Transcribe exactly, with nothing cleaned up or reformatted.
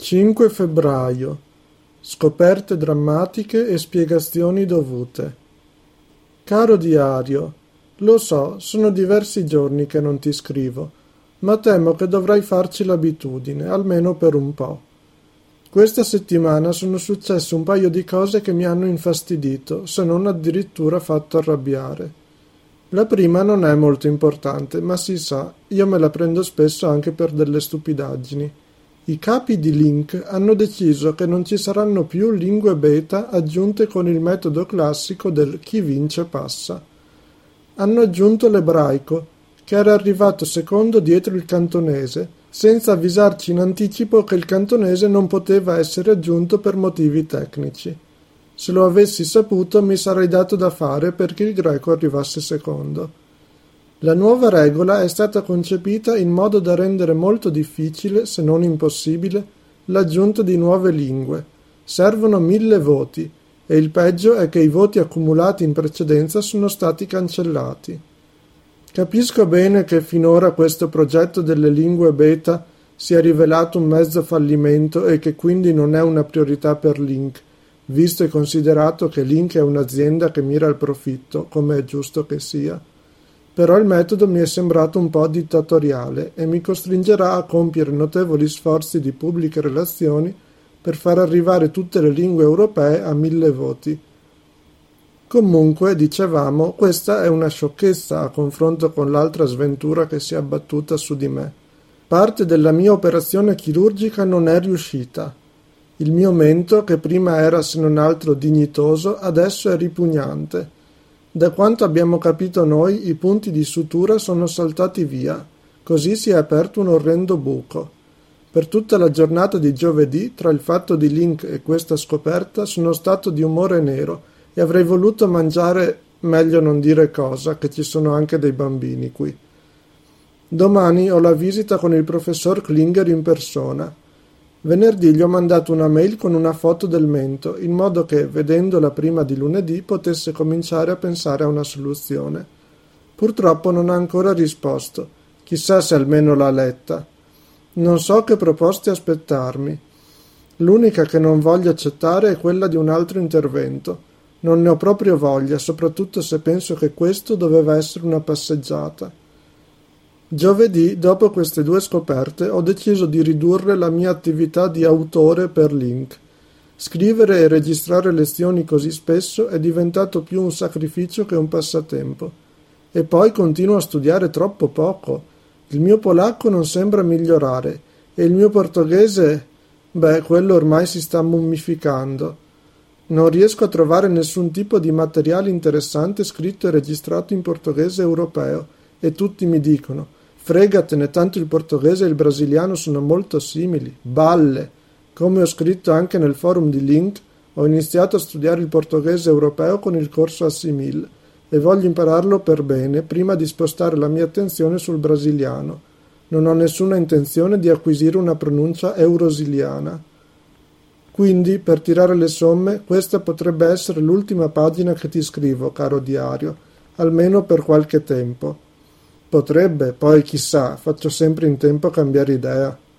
cinque febbraio. Scoperte drammatiche e spiegazioni dovute. Caro diario, lo so, sono diversi giorni che non ti scrivo, ma temo che dovrai farci l'abitudine, almeno per un po'. Questa settimana sono successe un paio di cose che mi hanno infastidito, se non addirittura fatto arrabbiare. La prima non è molto importante, ma si sa, io me la prendo spesso anche per delle stupidaggini. I capi di Link hanno deciso che non ci saranno più lingue beta aggiunte con il metodo classico del chi vince passa. Hanno aggiunto l'ebraico, che era arrivato secondo dietro il cantonese, senza avvisarci in anticipo che il cantonese non poteva essere aggiunto per motivi tecnici. Se lo avessi saputo mi sarei dato da fare perché il greco arrivasse secondo. La nuova regola è stata concepita in modo da rendere molto difficile, se non impossibile, l'aggiunta di nuove lingue. Servono mille voti, e il peggio è che i voti accumulati in precedenza sono stati cancellati. Capisco bene che finora questo progetto delle lingue beta sia rivelato un mezzo fallimento e che quindi non è una priorità per Link, visto e considerato che Link è un'azienda che mira al profitto, come è giusto che sia. Però il metodo mi è sembrato un po' dittatoriale e mi costringerà a compiere notevoli sforzi di pubbliche relazioni per far arrivare tutte le lingue europee a mille voti. Comunque, dicevamo, questa è una sciocchezza a confronto con l'altra sventura che si è abbattuta su di me. Parte della mia operazione chirurgica non è riuscita. Il mio mento, che prima era se non altro dignitoso, adesso è ripugnante. Da quanto abbiamo capito noi, i punti di sutura sono saltati via, così si è aperto un orrendo buco. Per tutta la giornata di giovedì, tra il fatto di Link e questa scoperta, sono stato di umore nero e avrei voluto mangiare, meglio non dire cosa, che ci sono anche dei bambini qui. Domani ho la visita con il professor Klinger in persona. Venerdì gli ho mandato una mail con una foto del mento, in modo che, vedendola prima di lunedì, potesse cominciare a pensare a una soluzione. Purtroppo non ha ancora risposto. Chissà se almeno l'ha letta. Non so che proposte aspettarmi. L'unica che non voglio accettare è quella di un altro intervento. Non ne ho proprio voglia, soprattutto se penso che questo doveva essere una passeggiata. Giovedì, dopo queste due scoperte, ho deciso di ridurre la mia attività di autore per Link. Scrivere e registrare lezioni così spesso è diventato più un sacrificio che un passatempo. E poi continuo a studiare troppo poco. Il mio polacco non sembra migliorare e il mio portoghese, beh, quello ormai si sta mummificando. Non riesco a trovare nessun tipo di materiale interessante scritto e registrato in portoghese europeo e tutti mi dicono fregatene, tanto il portoghese e il brasiliano sono molto simili. Balle! Come ho scritto anche nel forum di Link, ho iniziato a studiare il portoghese europeo con il corso Assimil e voglio impararlo per bene prima di spostare la mia attenzione sul brasiliano. Non ho nessuna intenzione di acquisire una pronuncia eurosiliana. Quindi, per tirare le somme, questa potrebbe essere l'ultima pagina che ti scrivo, caro diario, almeno per qualche tempo. Potrebbe, poi chissà, faccio sempre in tempo a cambiare idea.